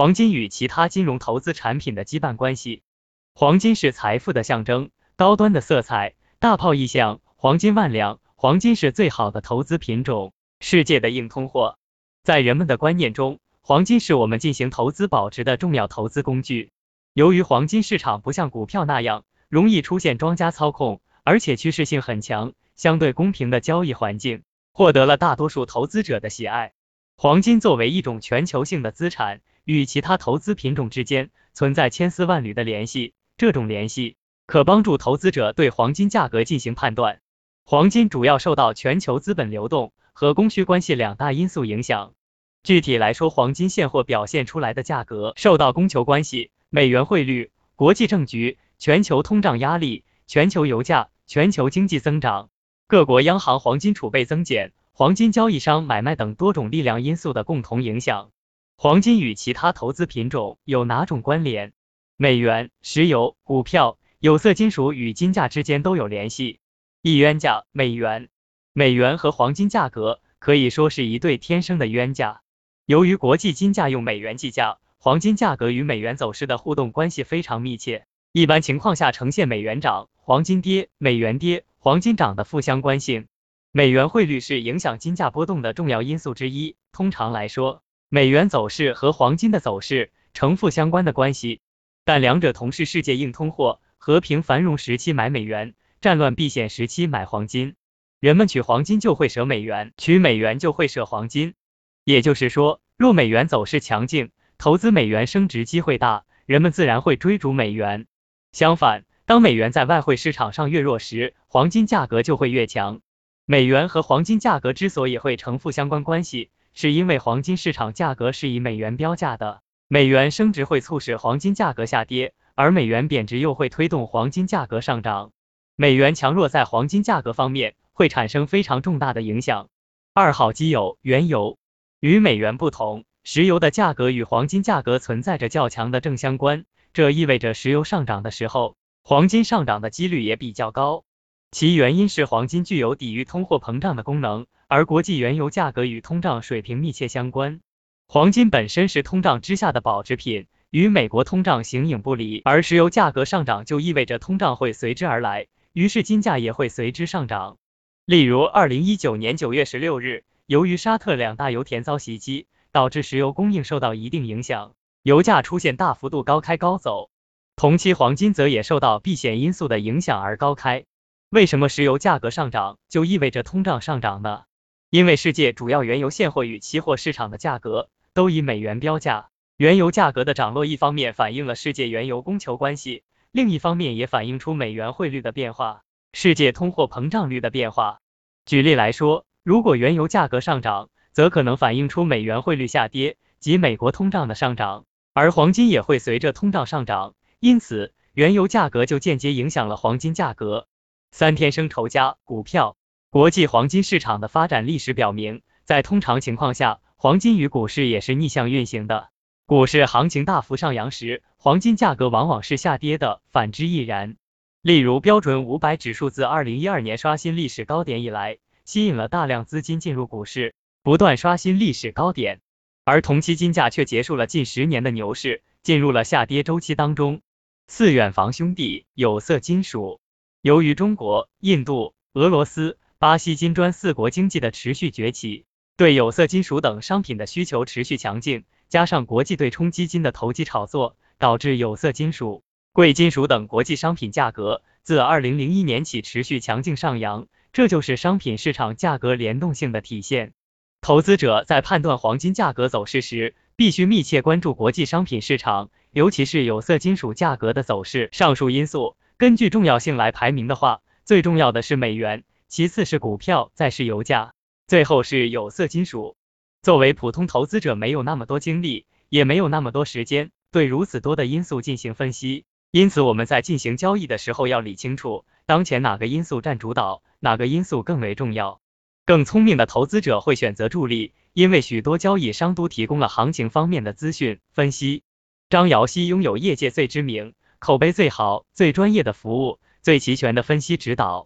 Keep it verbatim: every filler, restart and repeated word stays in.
黄金与其他金融投资产品的羁绊关系。黄金是财富的象征，高端的色彩，大炮意象，黄金万两，黄金是最好的投资品种，世界的硬通货。在人们的观念中，黄金是我们进行投资保值的重要投资工具。由于黄金市场不像股票那样容易出现庄家操控，而且趋势性很强，相对公平的交易环境获得了大多数投资者的喜爱。黄金作为一种全球性的资产，与其他投资品种之间存在千丝万缕的联系，这种联系可帮助投资者对黄金价格进行判断。黄金主要受到全球资本流动和供需关系两大因素影响。具体来说，黄金现货表现出来的价格受到供求关系、美元汇率、国际政局、全球通胀压力、全球油价、全球经济增长、各国央行黄金储备增减、黄金交易商买卖等多种力量因素的共同影响。黄金与其他投资品种有哪种关联？美元、石油、股票、有色金属与金价之间都有联系。一冤价，美元。美元和黄金价格可以说是一对天生的冤家。由于国际金价用美元计价，黄金价格与美元走势的互动关系非常密切，一般情况下呈现美元涨、黄金跌、美元跌、黄金涨的负相关性。美元汇率是影响金价波动的重要因素之一。通常来说，美元走势和黄金的走势呈负相关的关系，但两者同是世界硬通货，和平繁荣时期买美元，战乱避险时期买黄金。人们取黄金就会舍美元，取美元就会舍黄金。也就是说，若美元走势强劲，投资美元升值机会大，人们自然会追逐美元。相反，当美元在外汇市场上越弱时，黄金价格就会越强。美元和黄金价格之所以会呈负相关关系，是因为黄金市场价格是以美元标价的，美元升值会促使黄金价格下跌，而美元贬值又会推动黄金价格上涨。美元强弱在黄金价格方面会产生非常重大的影响。二号基油，原油。与美元不同，石油的价格与黄金价格存在着较强的正相关，这意味着石油上涨的时候，黄金上涨的几率也比较高。其原因是黄金具有抵御通货膨胀的功能，而国际原油价格与通胀水平密切相关。黄金本身是通胀之下的保值品，与美国通胀形影不离，而石油价格上涨就意味着通胀会随之而来，于是金价也会随之上涨。例如二零一九年九月十六日，由于沙特两大油田遭袭击，导致石油供应受到一定影响，油价出现大幅度高开高走。同期黄金则也受到避险因素的影响而高开。为什么石油价格上涨就意味着通胀上涨呢？因为世界主要原油现货与期货市场的价格都以美元标价，原油价格的涨落一方面反映了世界原油供求关系，另一方面也反映出美元汇率的变化，世界通货膨胀率的变化。举例来说，如果原油价格上涨，则可能反映出美元汇率下跌及美国通胀的上涨，而黄金也会随着通胀上涨，因此原油价格就间接影响了黄金价格。三天生仇家，股票。国际黄金市场的发展历史表明，在通常情况下，黄金与股市也是逆向运行的。股市行情大幅上扬时，黄金价格往往是下跌的，反之亦然。例如标准五百指数自二零一二年刷新历史高点以来，吸引了大量资金进入股市，不断刷新历史高点，而同期金价却结束了近十年的牛市，进入了下跌周期当中。四远房兄弟，有色金属。由于中国、印度、俄罗斯、巴西金砖四国经济的持续崛起，对有色金属等商品的需求持续强劲，加上国际对冲基金的投机炒作，导致有色金属、贵金属等国际商品价格自二零零一年起持续强劲上扬，这就是商品市场价格联动性的体现。投资者在判断黄金价格走势时，必须密切关注国际商品市场，尤其是有色金属价格的走势。上述因素根据重要性来排名的话，最重要的是美元，其次是股票，再是油价，最后是有色金属。作为普通投资者，没有那么多精力，也没有那么多时间对如此多的因素进行分析，因此我们在进行交易的时候要理清楚，当前哪个因素占主导，哪个因素更为重要。更聪明的投资者会选择助力，因为许多交易商都提供了行情方面的资讯分析。张瑶希拥有业界最知名、口碑最好、最专业的服务、最齐全的分析指导。